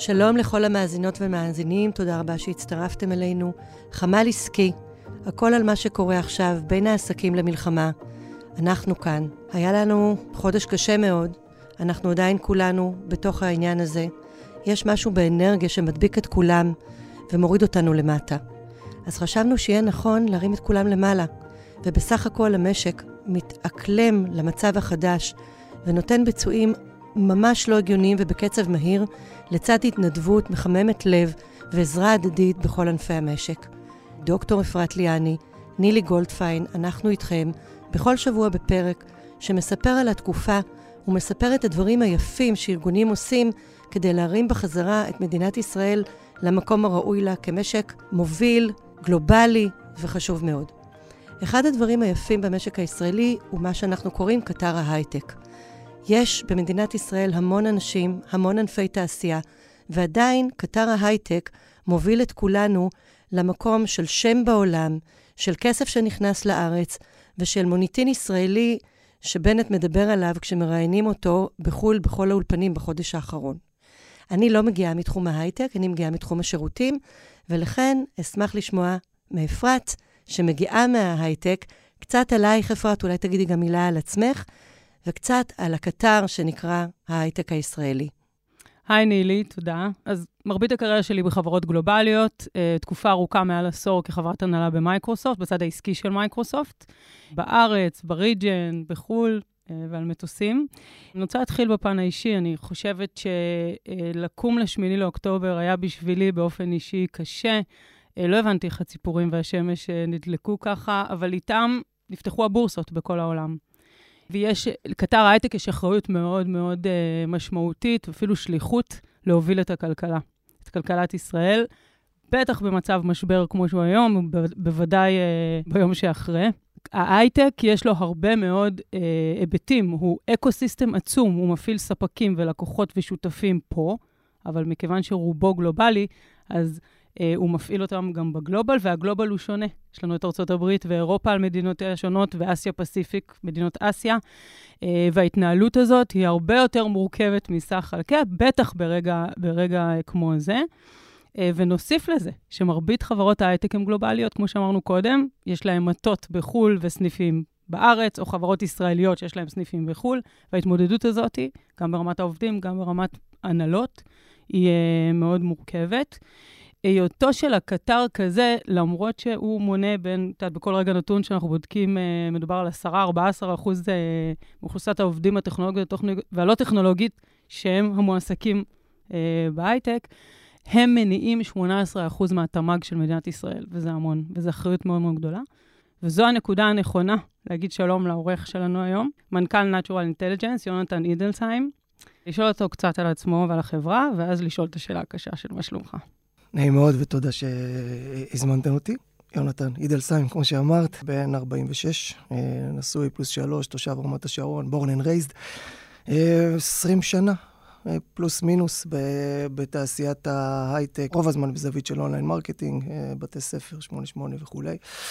שלום לכל המאזינות ומאזינים, תודה רבה שהצטרפתם אלינו. חמ"ל עסקי, הכל על מה שקורה עכשיו בין העסקים למלחמה. אנחנו כאן. היה לנו חודש קשה מאוד, אנחנו עדיין כולנו בתוך העניין הזה. יש משהו באנרגיה שמדביק את כולם ומוריד אותנו למטה. אז חשבנו שיהיה נכון להרים את כולם למעלה, ובסך הכל המשק מתאקלם למצב החדש ונותן ביצועים ממש לא הגיוניים ובקצב מהיר, לצד התנדבות מחממת לב ועזרה הדדית בכל ענפי המשק. דוקטור אפרת ליאני, נילי גולדפיין, אנחנו איתכם בכל שבוע בפרק שמספר על התקופה ומספר את הדברים היפים שארגונים עושים כדי להרים בחזרה את מדינת ישראל למקום הראוי לה כמשק מוביל, גלובלי וחשוב מאוד. אחד הדברים היפים במשק הישראלי הוא מה שאנחנו קוראים קטר ההייטק. יש במדינת ישראל המון אנשים, המון ענפי תעשייה, ועדיין קטר ההייטק מוביל את כולנו למקום של שם בעולם, של כסף שנכנס לארץ, ושל מוניטין ישראלי שבנט מדבר עליו כשמראיינים אותו בחול בכל האולפנים בחודש האחרון. אני לא מגיעה מתחום ההייטק, אני מגיעה מתחום השירותים, ולכן אשמח לשמוע מאפרת שמגיעה מההייטק, קצת עלייך אפרת, אולי תגידי גם מילה על עצמך, וקצת על הקטר שנקרא ההייטק הישראלי. היי נילי, תודה. אז מרבית הקריירה שלי בחברות גלובליות, תקופה ארוכה מעל עשור כחברת הנהלה במייקרוסופט, בצד העסקי של מייקרוסופט, בארץ, בריג'ן, בחול ועל מטוסים. אני רוצה להתחיל בפן האישי, אני חושבת שלקום ל8 לאוקטובר היה בשבילי באופן אישי קשה. לא הבנתי איך הציפורים והשמש נדלקו ככה, אבל איתם נפתחו הבורסות בכל העולם. ויש, לקטר ההייטק יש אחריות מאוד מאוד משמעותית, ואפילו שליחות להוביל את הכלכלה, את כלכלת ישראל, בטח במצב משבר כמו שהוא היום, בוודאי ביום שאחרי. ההייטק יש לו הרבה מאוד היבטים, הוא אקוסיסטם עצום, הוא מפעיל ספקים ולקוחות ושותפים פה, אבל מכיוון שרובו גלובלי, אז הוא מפעיל אותם גם בגלובל, והגלובל הוא שונה. יש לנו את ארצות הברית ואירופה על מדינות שונות, ואסיה פסיפיק, מדינות אסיה, וההתנהלות הזאת היא הרבה יותר מורכבת מסך חלקיה, בטח ברגע כמו זה. ונוסיף לזה, שמרבית חברות ההייטק הן גלובליות, כמו שאמרנו קודם, יש להם מטות בחול וסניפים בארץ, או חברות ישראליות שיש להם סניפים בחול, וההתמודדות הזאת, גם ברמת העובדים, גם ברמת הנהלות, היא מאוד מורכבת. היותו של הקטר כזה, למרות שהוא מונה בין, בכל רגע נתון שאנחנו בודקים, מדובר על 10-14% מאוכלוסיית העובדים הטכנולוגית והלא טכנולוגית, שהם המועסקים בהייטק, הם מניעים 18% מהתמ"ג של מדינת ישראל, וזה המון, וזו אחריות מאוד מאוד גדולה. וזו הנקודה הנכונה להגיד שלום לעורך שלנו היום, מנכ"ל Natural Intelligence, יונתן אידלסהיים, לשאול אותו קצת על עצמו ועל החברה, ואז לשאול את השאלה הקשה של מה שלומך. נעים מאוד ותודה שהזמנתם אותי. יונתן אידלסהיים, כמו שאמרת, בן 46, נשוי +3, תושב רמת השרון, born and raised, 20 שנה, פלוס מינוס בתעשיית ההייטק, רוב הזמן בזווית של אונליין מרקטינג, בתי ספר, 8-8 וכו'.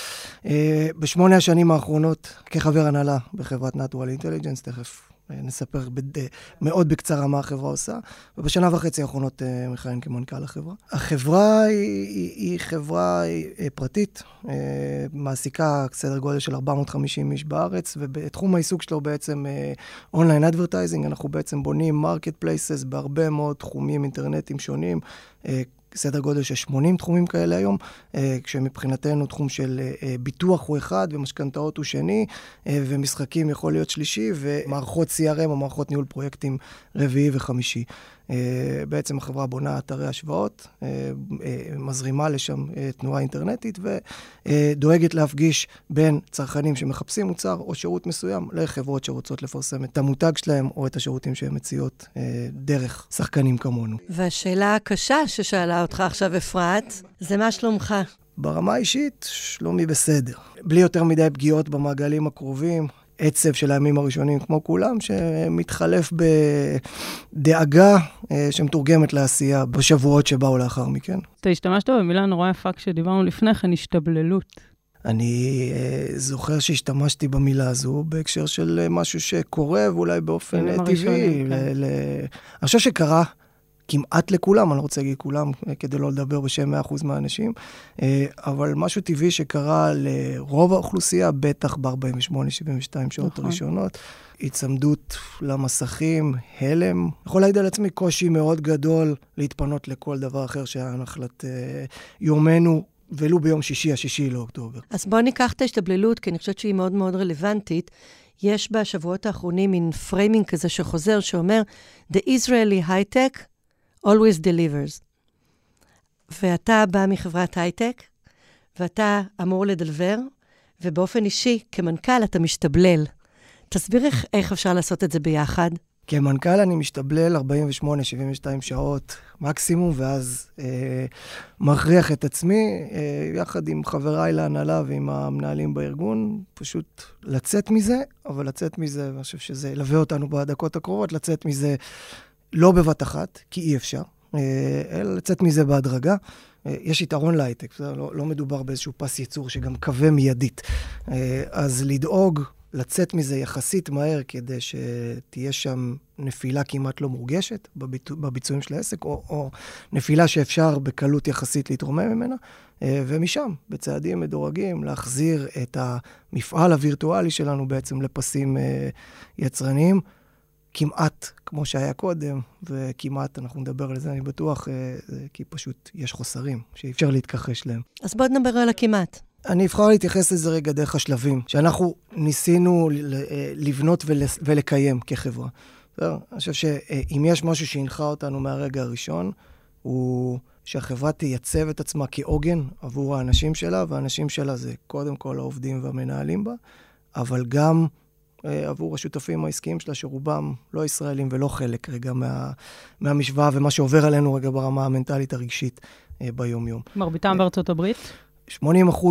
ב8 השנים האחרונות, כחבר הנהלה בחברת Natural Intelligence, תכף נספר מאוד בקצרה מה החברה עושה, ובשנה וחצי האחרונות מכהן כמנכ"ל החברה. החברה היא חברה פרטית, מעסיקה סדר גודל של 450 איש בארץ, ובתחום העיסוק שלו בעצם אונליין אדברטייזינג, אנחנו בעצם בונים מרקט פלייסס בהרבה מאוד תחומים אינטרנטיים שונים, סדר גודל של 80 תחומים כאלה היום, כשמבחינתנו תחום של ביטוח הוא אחד, ומשכנתאות הוא שני, ומשחקים יכול להיות שלישי, ומערכות CRM או מערכות ניהול פרויקטים רביעי וחמישי. בעצם החברה בונה אתרי השוואות, מזרימה לשם תנועה אינטרנטית, ודואגת להפגיש בין צרכנים שמחפשים מוצר או שירות מסוים, לחברות שרוצות לפרסם את המותג שלהם, או את השירותים שהן מציעות דרך שחקנים כמונו. והשאלה הקשה ששאלה אותך עכשיו אפרת, זה מה שלומך? ברמה האישית, שלומי בסדר. בלי יותר מדי פגיעות במעגלים הקרובים, עצב של הימים הראשונים כמו כולם, שמתחלף בדאגה שמתורגמת לעשייה בשבועות שבאו לאחר מכן. אתה השתמשת במילה נורא יפה כשדיברנו לפני כן, השתבללות. אני זוכר שהשתמשתי במילה הזו בהקשר של משהו שקורה, ואולי באופן טבעי. אני חושב שקרה כמעט לכולם, אני לא רוצה להגיד כולם, כדי לא לדבר בשם 100% מהאנשים, אבל משהו טבעי שקרה לרוב האוכלוסייה, בטח ב-48-72 שעות הראשונות, הצמדות למסכים, הלם. יכול להעיד על עצמי קושי מאוד גדול להתפנות לכל דבר אחר שהיה נחלת יומנו, ולו ביום שישי, 6 לאוקטובר. אז בואו ניקח את ההשתבללות, כי אני חושבת שהיא מאוד מאוד רלוונטית. יש בשבועות האחרונים מין פריימינג כזה שחוזר, שאומר, The Israeli high-tech always delivers. ואתה בא מחברת הייטק, ואתה אמור לדלבר, ובאופן אישי, כמנכ"ל, אתה משתבלל. תסביר איך אפשר לעשות את זה ביחד. כמנכ"ל אני משתבלל 48-72 שעות מקסימום, ואז מכריח את עצמי, יחד עם חבריי להנהלה ועם המנהלים בארגון, פשוט לצאת מזה, אבל לצאת מזה, אני חושב שזה ילווה אותנו בדקות הקרובות, לצאת מזה לא בבת אחת, כי אי אפשר, אלא לצאת מזה בהדרגה. יש יתרון להייטק, לא מדובר באיזשהו פס ייצור שגם קווה מיידית. אז לדאוג, לצאת מזה יחסית מהר כדי שתהיה שם נפילה כמעט לא מורגשת בביצועים של העסק, או נפילה שאפשר בקלות יחסית להתרומם ממנה, ומשם, בצעדים מדורגים, להחזיר את המפעל הווירטואלי שלנו בעצם לפסים יצרניים, כמעט כמו שהיה קודם, וכמעט, אנחנו נדבר על זה, אני בטוח, כי פשוט יש חוסרים שאי אפשר להתכחש להם. אז בוא נדבר על הכמעט. אני אבחר להתייחס לזה רגע דרך השלבים, שאנחנו ניסינו לבנות ולקיים כחברה. אני חושב שאם יש משהו שהנחה אותנו מהרגע הראשון, הוא שהחברה תייצב את עצמה כעוגן עבור האנשים שלה, והאנשים שלה זה קודם כל העובדים והמנהלים בה, אבל גם עבור השותפים העסקיים שלה, שרובם לא ישראלים ולא חלק רגע מהמשוואה, ומה שעובר עלינו רגע ברמה המנטלית הרגשית ביום-יום. מרביתם בארצות הברית? 80%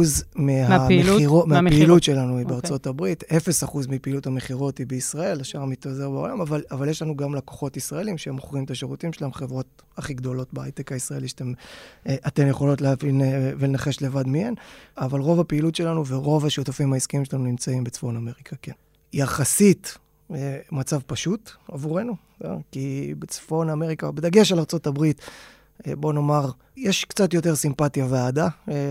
מהפעילות שלנו היא בארצות הברית, 0% מפעילות המחירות היא בישראל, השאר מתעזר בעולם, אבל יש לנו גם לקוחות ישראלים שמוכרים את השירותים שלהם, חברות הכי גדולות בהייטק הישראלי, שאתן יכולות להבין ולנחש לבד מהן, אבל רוב הפעילות שלנו ורוב השותפים העסקיים שלנו נמצאים בצפון אמריקה, כן. יחסית מצב פשוט עבורנו, כי בצפון אמריקה, בדגש על ארצות הברית, בוא נאמר, יש קצת יותר סימפתיה ועדה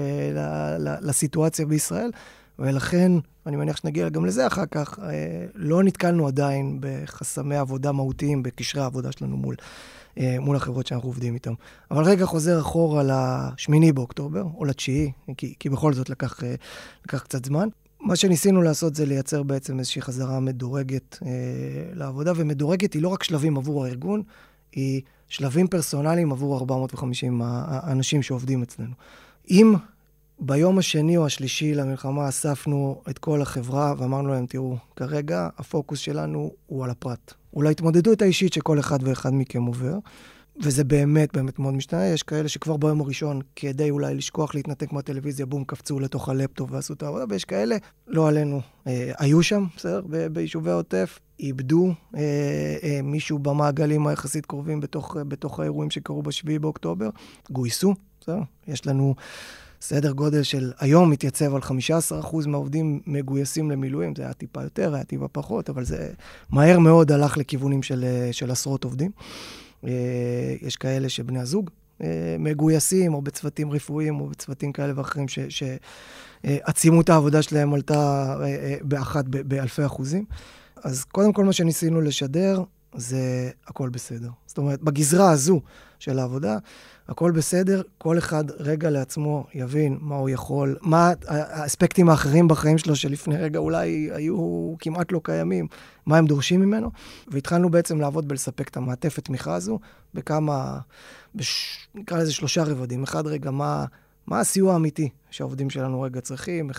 לסיטואציה בישראל, ולכן, אני מניח שנגיע גם לזה אחר כך, לא נתקלנו עדיין בחסמי עבודה מהותיים, בקשרי העבודה שלנו מול החברות שאנחנו עובדים איתם. אבל רגע חוזר אחורה ל8 באוקטובר, או ל9, כי בכל זאת לקח קצת זמן. מה שניסינו לעשות זה לייצר בעצם איזושהי חזרה מדורגת לעבודה, ומדורגת היא לא רק שלבים עבור הארגון, היא שלבים פרסונליים עבור 450 האנשים שעובדים אצלנו. אם ביום השני או השלישי למלחמה אספנו את כל החברה ואמרנו להם, תראו, כרגע הפוקוס שלנו הוא על הפרט. הוא להתמודדות האישית שכל אחד ואחד מכם עובר, וזה באמת באמת מאוד משתנה. יש כאלה שכבר ביום הראשון, כדי אולי לשכוח להתנתק מהטלוויזיה, בום, קפצו לתוך הלפטופ ועשו את העבודה, ויש כאלה, לא עלינו, היו שם, בסדר, ביישובי העוטף, איבדו מישהו במעגלים היחסית קרובים בתוך האירועים שקרו ב7 באוקטובר, גויסו, בסדר? יש לנו סדר גודל של היום מתייצב על 15% מהעובדים מגויסים למילואים, זה היה טיפה יותר, היה טיפה פחות, אבל זה מהר מאוד הלך לכיוונים של עשרות עובדים. יש כאלה שבני הזוג מגויסים, או בצוותים רפואיים, או בצוותים כאלה ואחרים, שעצימות העבודה שלהם עלתה באלפי אחוזים. אז קודם כל מה שניסינו לשדר, זה הכל בסדר. זאת אומרת, בגזרה הזו של העבודה, הכל בסדר, כל אחד רגע לעצמו יבין מה הוא יכול, מה האספקטים האחרים בחיים שלו שלפני רגע אולי היו כמעט לא קיימים, מה הם דורשים ממנו, והתחלנו בעצם לעבוד בלספק את המעטפת תמיכה הזו, בכמה, נקרא לזה 3 רבדים. אחד רגע, מה הסיוע האמיתי שהעובדים שלנו רגע צריכים,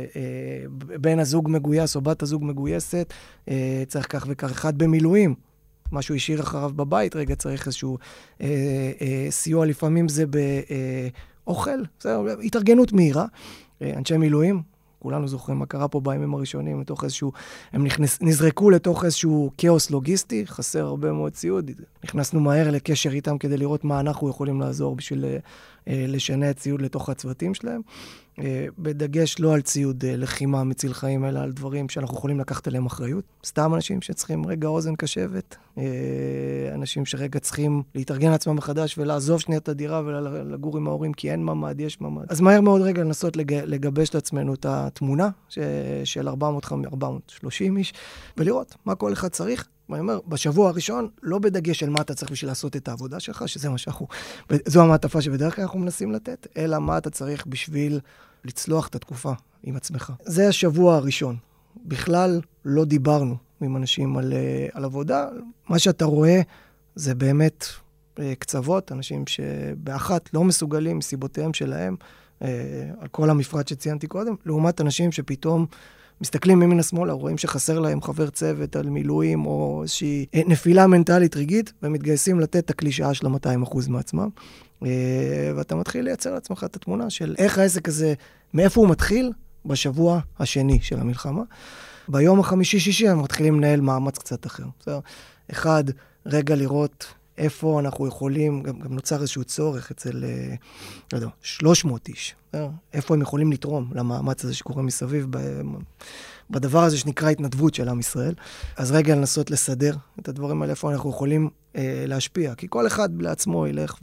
בן הזוג מגויס או בת הזוג מגויסת, צריך כך וכך, אחד במילואים, משהו השאיר אחריו בבית, רגע צריך איזשהו סיוע, לפעמים זה באוכל, זה התארגנות מהירה, אנשי מילואים, כולנו זוכרים מה קרה פה בימים הראשונים, לתוך איזשהו, הם נזרקו לתוך איזשהו כאוס לוגיסטי, חסר הרבה מאוד ציוד, נכנסנו מהר לקשר איתם כדי לראות מה אנחנו יכולים לעזור בשביל לשנה את ציוד לתוך הצוותים שלהם, בדגש לא על ציוד לחימה מציל חיים, אלא על דברים שאנחנו יכולים לקחת עליהם אחריות. סתם אנשים שצריכים רגע אוזן קשבת, אנשים שרגע צריכים להתארגן לעצמם מחדש ולעזוב שנייה את הדירה ולגור עם ההורים, כי אין ממד, יש ממד. אז מהר מאוד רגע לנסות לגבש לעצמנו את התמונה של 430 איש, ולראות מה כל אחד צריך. ואני אומר, בשבוע הראשון, לא בדגש של מה אתה צריך בשביל לעשות את העבודה שלך, שזה מה שאנחנו, זו המעטפה שבדרך כלל אנחנו מנסים לתת, אלא מה אתה צריך בשביל לצלוח את התקופה עם עצמך. זה השבוע הראשון. בכלל לא דיברנו עם אנשים על עבודה. מה שאתה רואה זה באמת קצוות, אנשים שבאחת לא מסוגלים מסיבותיהם שלהם, על כל המפרט שציינתי קודם, לעומת אנשים שפתאום מסתכלים ממין השמאלה, רואים שחסר להם חבר צוות על מילואים, או איזושהי נפילה מנטלית רגעית, ומתגייסים לתת את הקלישאה של 200% מעצמם. ואתה מתחיל לייצר לעצמך את התמונה של איך העסק הזה, מאיפה הוא מתחיל בשבוע השני של המלחמה. ביום החמישי-שישי הם מתחילים לנהל מאמץ קצת אחר. בסדר? אחד, רגע לראות איפה אנחנו יכולים, גם נוצר איזשהו צורך אצל, לא יודע, 300 איש. איפה הם יכולים לתרום למאמץ הזה שקורה מסביב בדבר הזה שנקרא התנדבות של עם ישראל. אז רגע לנסות לסדר את הדברים האלה, איפה אנחנו יכולים להשפיע. כי כל אחד לעצמו ילך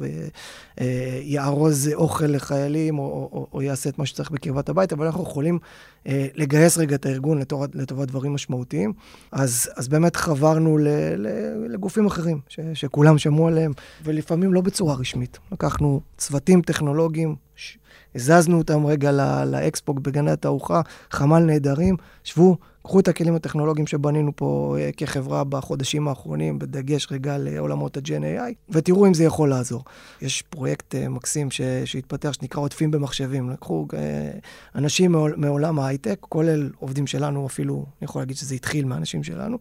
ויערוז אוכל לחיילים, או יעשה את מה שצריך בקרבת הבית, אבל אנחנו יכולים לגייס רגע את הארגון לטובת דברים משמעותיים. אז באמת חברנו לגופים אחרים, שכולם שמעו עליהם, ולפעמים לא בצורה רשמית. לקחנו צוותים טכנולוגיים, הזזנו אותם רגע לאקספו בגני התערוכה, חמ"ל נהדרים, שבו, קחו את הכלים הטכנולוגיים שבנינו פה כחברה בחודשים האחרונים, בדגש רגע לעולמות ה-Gen AI, ותראו אם זה יכול לעזור. יש פרויקט מקסים שהתפתח, שנקרא עוטפים במחשבים. לקחו אנשים מעולם ההייטק, כולל עובדים שלנו, אפילו, אני יכול להגיד שזה התחיל מהאנשים שלנו,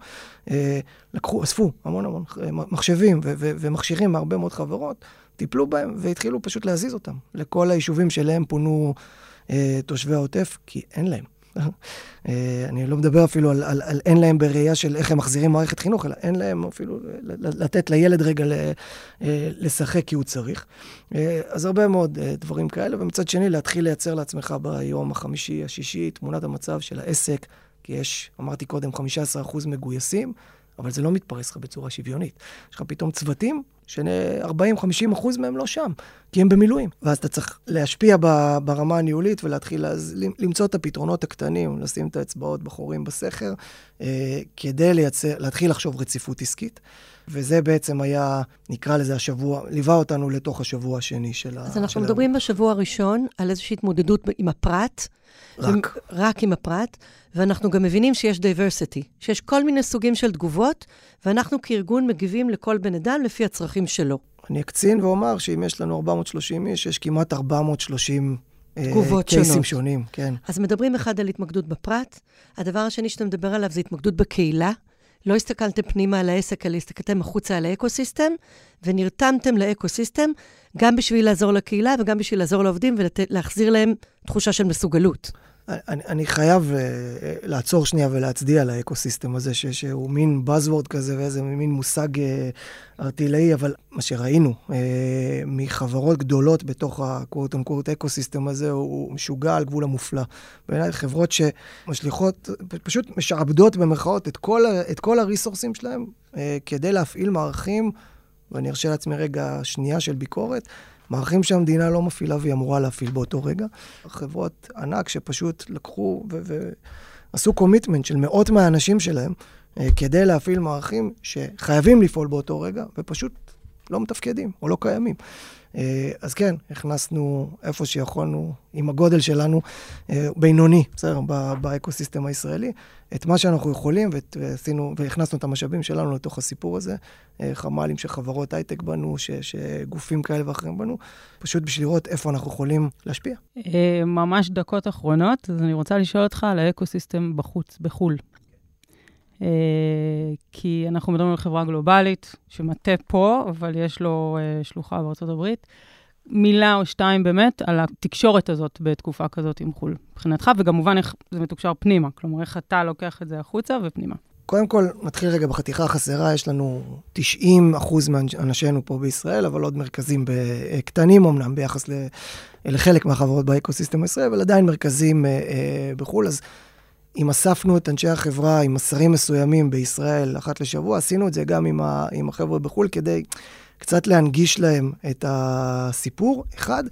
אספו המון מחשבים ומכשירים מהרבה מאוד חברות, טיפלו בהם והתחילו פשוט להזיז אותם לכל היישובים שלהם פונו תושבי העוטף, כי אין להם. אני לא מדבר אפילו על אין להם בראייה של איך הם מחזירים מערכת חינוך, אלא אין להם אפילו לתת לילד רגע לשחק כי הוא צריך. אז הרבה מאוד דברים כאלה, ומצד שני להתחיל לייצר לעצמך ביום החמישי, השישי, תמונת המצב של העסק, כי יש, אמרתי קודם, 15% מגויסים, אבל זה לא מתפרס לך בצורה שוויונית. יש לך פתאום צוותים ש40-50% מהם לא שם, כי הם במילואים. ואז אתה צריך להשפיע ברמה הניהולית ולהתחיל למצוא את הפתרונות הקטנים, לשים את האצבעות בחורים בסכר, כדי להתחיל לחשוב רציפות עסקית. וזה בעצם היה, נקרא לזה השבוע, ליווה אותנו לתוך השבוע השני של אז אנחנו מדברים בשבוע הראשון על איזושהי התמודדות עם הפרט, רק עם הפרט, ואנחנו גם מבינים שיש diversity, שיש כל מיני סוגים של תגובות, ואנחנו כארגון מגיבים לכל בן אדם לפי הצרכים שלו. אני אקצין ואומר שאם יש לנו 430 איש, יש כמעט 430 תגובות קייסים שונים. כן. אז מדברים אחד על התמקדות בפרט, הדבר השני שאתה מדבר עליו זה התמקדות בקהילה, לא הסתכלתם פנימה על העסק, אלא הסתכלתם החוצה על האקוסיסטם, ונרתמתם לאקוסיסטם, גם בשביל לעזור לקהילה, וגם בשביל לעזור לעובדים, ולהחזיר להם תחושה של מסוגלות. אני חייב לעצור שנייה ולהצדיע לאקוסיסטם הזה, שהוא מין buzzword כזה, ואיזה מין מושג ארטילאי, אבל מה שראינו מחברות גדולות בתוך ה-quote-unquote אקוסיסטם הזה, הוא משוגע על גבול המופלא. בעיניי חברות שמשליחות, פשוט משעבדות במרכאות את כל הריסורסים שלהם, כדי להפעיל מערכים, ואני ארשה לעצמי רגע שנייה של ביקורת, מערכים שהמדינה לא מפעילה והיא אמורה להפעיל באותו רגע. חברות ענק שפשוט לקחו ועשו קומיטמנט של מאות מהאנשים שלהם, כדי להפעיל מערכים שחייבים לפעול באותו רגע, ופשוט לא מתפקדים או לא קיימים. אז כן, הכנסנו איפה שיכולנו, עם הגודל שלנו, בינוני, בסדר, באקוסיסטם הישראלי, את מה שאנחנו יכולים, והכנסנו את המשאבים שלנו לתוך הסיפור הזה, חמ"לים שחברות הייטק בנו, שגופים כאלה ואחרים בנו, פשוט בשביל לראות איפה אנחנו יכולים להשפיע. ממש דקות אחרונות, אז אני רוצה לשאול אותך על האקוסיסטם בחו"ל. כי אנחנו מדברים על חברה גלובלית, שמטה פה, אבל יש לו שלוחה בארצות הברית. מילה או שתיים באמת על התקשורת הזאת בתקופה כזאת עם חו"ל, מבחינתך, וגם מובן איך זה מתוקשר פנימה. כלומר, איך אתה לוקח את זה החוצה ופנימה. קודם כל, נתחיל רגע בחתיכה החסרה, יש לנו 90% מאנשינו פה בישראל, אבל עוד מרכזים קטנים אמנם, ביחס לחלק מהחברות באקוסיסטם הישראלי, אבל עדיין מרכזים בחו"ל. אז אם אספנו את אנשי החברה עם מסרים מסוימים בישראל אחת לשבוע, עשינו את זה גם עם החבר'ה בחו"ל, כדי קצת להנגיש להם את הסיפור. 1,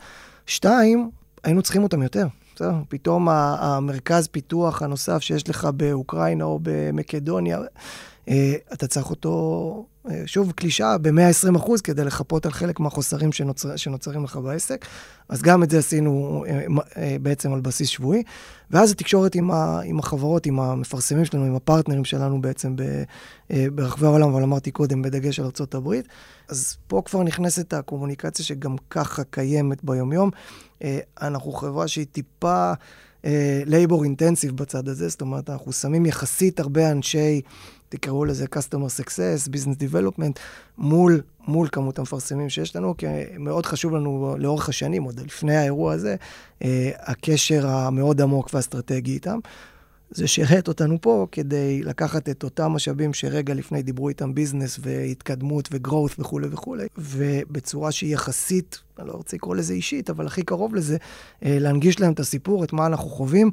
2, היינו צריכים אותם יותר. פתאום המרכז פיתוח הנוסף שיש לך באוקראינה או במקדוניה, אתה צריך אותו, שוב, קלישה, ב-120% כדי לחפות על חלק מהחוסרים שנוצרים לך בעסק. אז גם את זה עשינו בעצם על בסיס שבועי. ואז התקשורת עם החברות, עם המפרסמים שלנו, עם הפרטנרים שלנו בעצם ברחבי העולם, אבל אמרתי קודם, בדגש על ארצות הברית. אז פה כבר נכנסת הקומוניקציה שגם ככה קיימת ביומיום. אנחנו חברה שהיא טיפה labor intensive בצד הזה, זאת אומרת, אנחנו שמים יחסית הרבה אנשי, תקראו לזה customer success, business development, מול כמות המפרסמים שיש לנו, כי מאוד חשוב לנו לאורך השנים, עוד לפני האירוע הזה, הקשר המאוד עמוק והאסטרטגי איתם. זה שירת אותנו פה כדי לקחת את אותם משאבים שרגע לפני דיברו איתם ביזנס והתקדמות וגרוות וכו' וכו', ובצורה שהיא יחסית, אני לא רוצה לקרוא לזה אישית, אבל הכי קרוב לזה, להנגיש להם את הסיפור, את מה אנחנו חווים,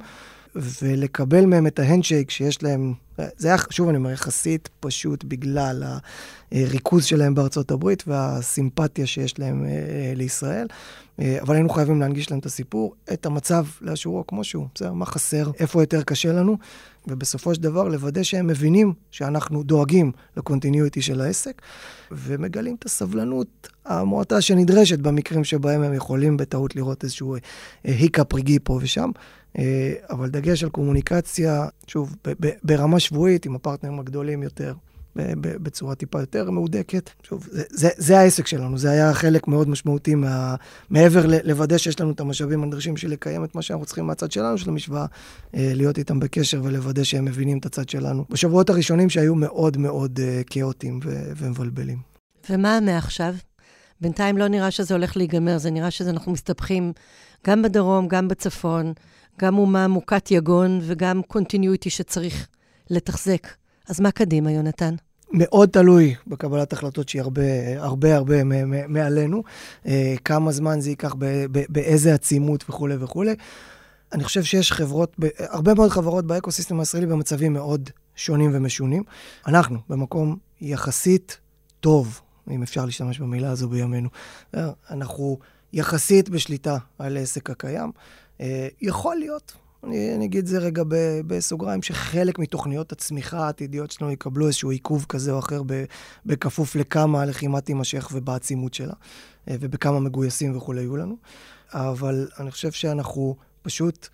ולקבל מהם את ההנדשייק שיש להם, זה היה, שוב אני אומר, יחסית פשוט בגלל הריכוז שלהם בארצות הברית והסימפתיה שיש להם לישראל, אבל היינו חייבים להנגיש להם את הסיפור, את המצב לאשורו כמו שהוא, בסדר, מה חסר, איפה יותר קשה לנו, ובסופו של דבר לוודא שהם מבינים שאנחנו דואגים לקונטיניויטי של העסק, ומגלים את הסבלנות המועטה שנדרשת במקרים שבהם הם יכולים בטעות לראות איזשהו היקאפ רגעי פה ושם, אבל דגש על קומוניקציה, שוב, ברמה שבועית עם הפרטנרים הגדולים יותר, בצורה טיפה יותר מעודקת. שוב, זה העסק שלנו, זה היה חלק מאוד משמעותי מעבר לוודא שיש לנו את המשאבים הנדרשים של לקיים את מה שאנחנו צריכים מהצד שלנו, של המשוואה, להיות איתם בקשר ולוודא שהם מבינים את הצד שלנו. בשבועות הראשונים שהיו מאוד מאוד כאוטיים ומבלבלים. ומה מעכשיו? בינתיים לא נראה שזה הולך להיגמר, זה נראה שאנחנו מסתבכים גם בדרום, גם בצפון, גם אומה מוכת יגון וגם קונטיניויטי שצריך לתחזק. אז מה קדימה, יונתן? מאוד תלוי בקבלת החלטות שהיא הרבה מעלינו. כמה זמן זה ייקח, באיזה עצימות וכו' וכו'. אני חושב שיש הרבה מאוד חברות באקוסיסטם הישראלי במצבים מאוד שונים ומשונים. אנחנו במקום יחסית טוב, אם אפשר להשתמש במילה הזו בימינו. אנחנו יחסית בשליטה על העסק הקיים. יכול להיות, אני אגיד זה רגע בסוגריים, שחלק מתוכניות הצמיחה העתידיות שלנו יקבלו איזשהו עיכוב כזה או אחר בכפוף לכמה הלחימה תימשך ובעצימות שלה, ובכמה מגויסים וכו' יהיו לנו. אבל אני חושב שאנחנו פשוט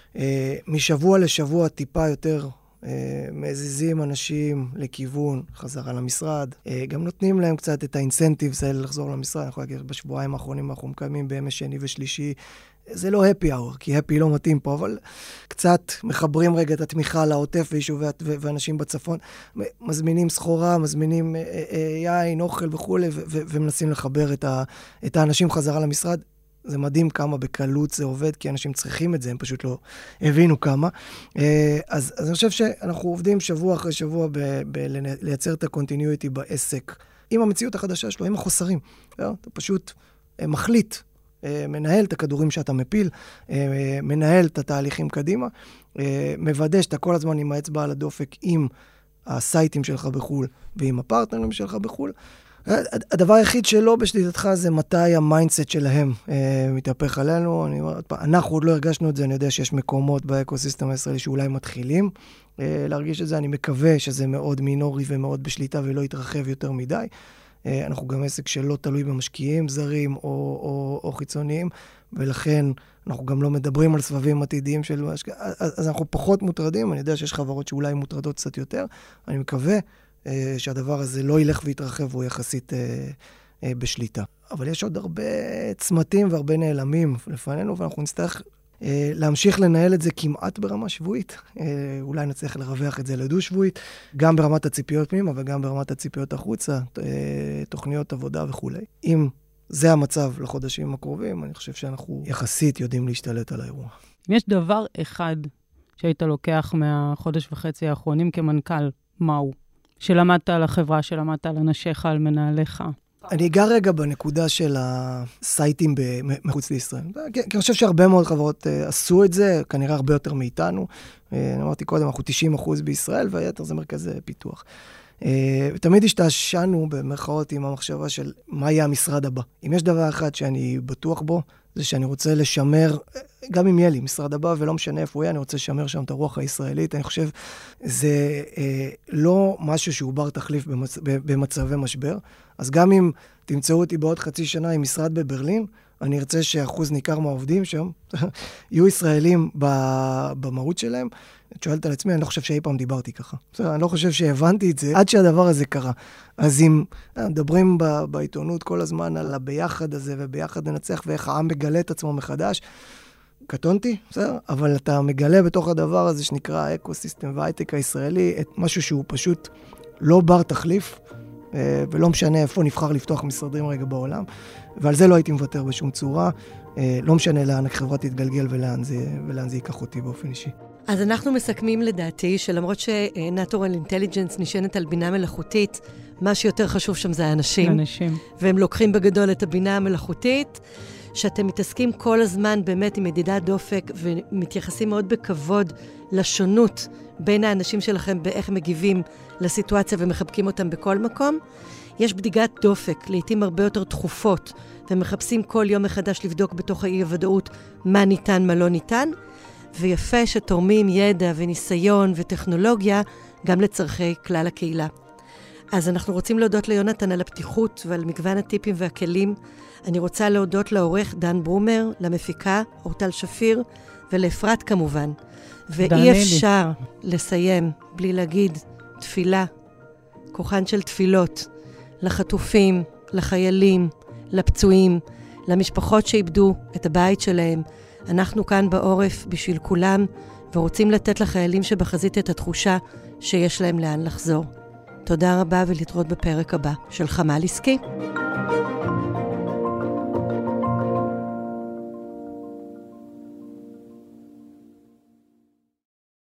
משבוע לשבוע טיפה יותר מזיזים אנשים לכיוון חזרה למשרד, גם נותנים להם קצת את האינסנטיבס האלה לחזור למשרד. אנחנו נגיד בשבועיים האחרונים אנחנו מקיימים בימי שני ושלישי, זה לא happy hour, כי happy לא מתאים פה, אבל קצת מחברים רגע את התמיכה לעוטף ויישובי ואנשים בצפון, מזמינים סחורה, מזמינים יין, אוכל וכו', ומנסים לחבר את האנשים חזרה למשרד. זה מדהים כמה בקלות זה עובד, כי אנשים צריכים את זה, הם פשוט לא הבינו כמה. אז אני חושב שאנחנו עובדים שבוע אחרי שבוע לייצר את הקונטיניויטי בעסק, עם המציאות החדשה שלו, עם החוסרים. אתה פשוט מחליט, מנהל את הכדורים שאתה מפיל, מנהל את התהליכים קדימה, מוודא שאתה כל הזמן עם האצבע על הדופק עם הסייטים שלך בחול ועם הפרטנרים שלך בחול. הדבר היחיד שלא בשליטתך זה מתי המיינדסט שלהם מתהפך עלינו. אנחנו עוד לא הרגשנו את זה, אני יודע שיש מקומות באקוסיסטם הישראלי שאולי מתחילים להרגיש את זה. אני מקווה שזה מאוד מינורי ומאוד בשליטה ולא יתרחב יותר מדי. אנחנו גם עסק שלא תלוי במשקיעים זרים או חיצוניים, ולכן אנחנו גם לא מדברים על סבבים עתידיים של משקיעים. אז אנחנו פחות מוטרדים, אני יודע שיש חברות שאולי מוטרדות קצת יותר. אני מקווה שהדבר הזה לא ילך ויתרחב, הוא יחסית בשליטה. אבל יש עוד הרבה צמתים והרבה נעלמים לפנינו, ואנחנו נצטרך להמשיך לנהל את זה כמעט ברמה שבועית. אולי נצטרך לרווח את זה לדו שבועית, גם ברמת הציפיות פנימה וגם ברמת הציפיות החוצה, תוכניות עבודה וכו'. אם זה המצב לחודשים הקרובים, אני חושב שאנחנו יחסית יודעים להשתלט על האירוע. אם יש דבר אחד שהיית לוקח מהחודש וחצי האחרונים כמנכ"ל מהו? שלמדת על החברה, שלמדת על אנשיך, על מנהליך. אני אגע רגע בנקודה של הסייטים מחוץ לישראל. כי אני חושב שהרבה מאוד חברות עשו את זה, כנראה הרבה יותר מאיתנו. אמרתי קודם, אנחנו 90% בישראל, והיתר זה מרכזי פיתוח. ותמיד השתעשענו במרכאות עם המחשבה של מה יהיה המשרד הבא. אם יש דבר אחד שאני בטוח בו, זה שאני רוצה לשמר, גם אם יהיה לי משרד הבא, ולא משנה איפה הוא יהיה, אני רוצה לשמר שם את הרוח הישראלית. אני חושב, זה לא משהו שהוא בר תחליף במצבי משבר. אז גם אם תמצאו אותי בעוד חצי שנה עם משרד בברלין, אני ארצה שאחוז ניכר מהעובדים שם יהיו ישראלים במהות שלהם. את שואלת על עצמי, אני לא חושב שאי פעם דיברתי ככה. אני לא חושב שהבנתי את זה עד שהדבר הזה קרה. אז אם מדברים בעיתונות כל הזמן על הביחד הזה, וביחד ננצח ואיך העם מגלה את עצמו מחדש, קטונתי, בסדר? אבל אתה מגלה בתוך הדבר הזה שנקרא האקוסיסטם וההייטק הישראלי, את משהו שהוא פשוט לא בר תחליף, ולא משנה איפה נבחר לפתוח משרדים רגע בעולם, ועל זה לא הייתי מוותר בשום צורה, לא משנה לאן החברה תתגלגל ולאן זה ייקח אותי באופן אישי. אז אנחנו מסכמים לדעתי שלמרות ש-Natural Intelligence נשענת על בינה מלאכותית, מה שיותר חשוב שם זה האנשים. והם לוקחים בגדול את הבינה המלאכותית, שאתם מתעסקים כל הזמן באמת עם מדידת דופק, ומתייחסים מאוד בכבוד לשונות בין האנשים שלכם באיך מגיבים לסיטואציה ומחבקים אותם בכל מקום. יש בדידת דופק, לעתים הרבה יותר תכופות, ומחפשים כל יום מחדש לבדוק בתוך האי-הוודאות מה ניתן, מה לא ניתן. ויפה שתורמים ידע וניסיון וטכנולוגיה גם לצרכי כלל הקהילה. אז אנחנו רוצים להודות ליונתן על הפתיחות ועל מגוון הטיפים והכלים. אני רוצה להודות לעורך דן ברומר, למפיקה אורטל שפיר ולאפרת כמובן. ואי אפשר לסיים בלי להגיד תפילה, כוחן של תפילות, לחטופים, לחיילים, לפצועים, למשפחות שאיבדו את הבית שלהם. אנחנו כאן בעורף בשביל כולם, ורוצים לתת לחיילים שבחזית את התחושה שיש להם לאן לחזור. תודה רבה ולהתראות בפרק הבא של חמ"ל עסקי.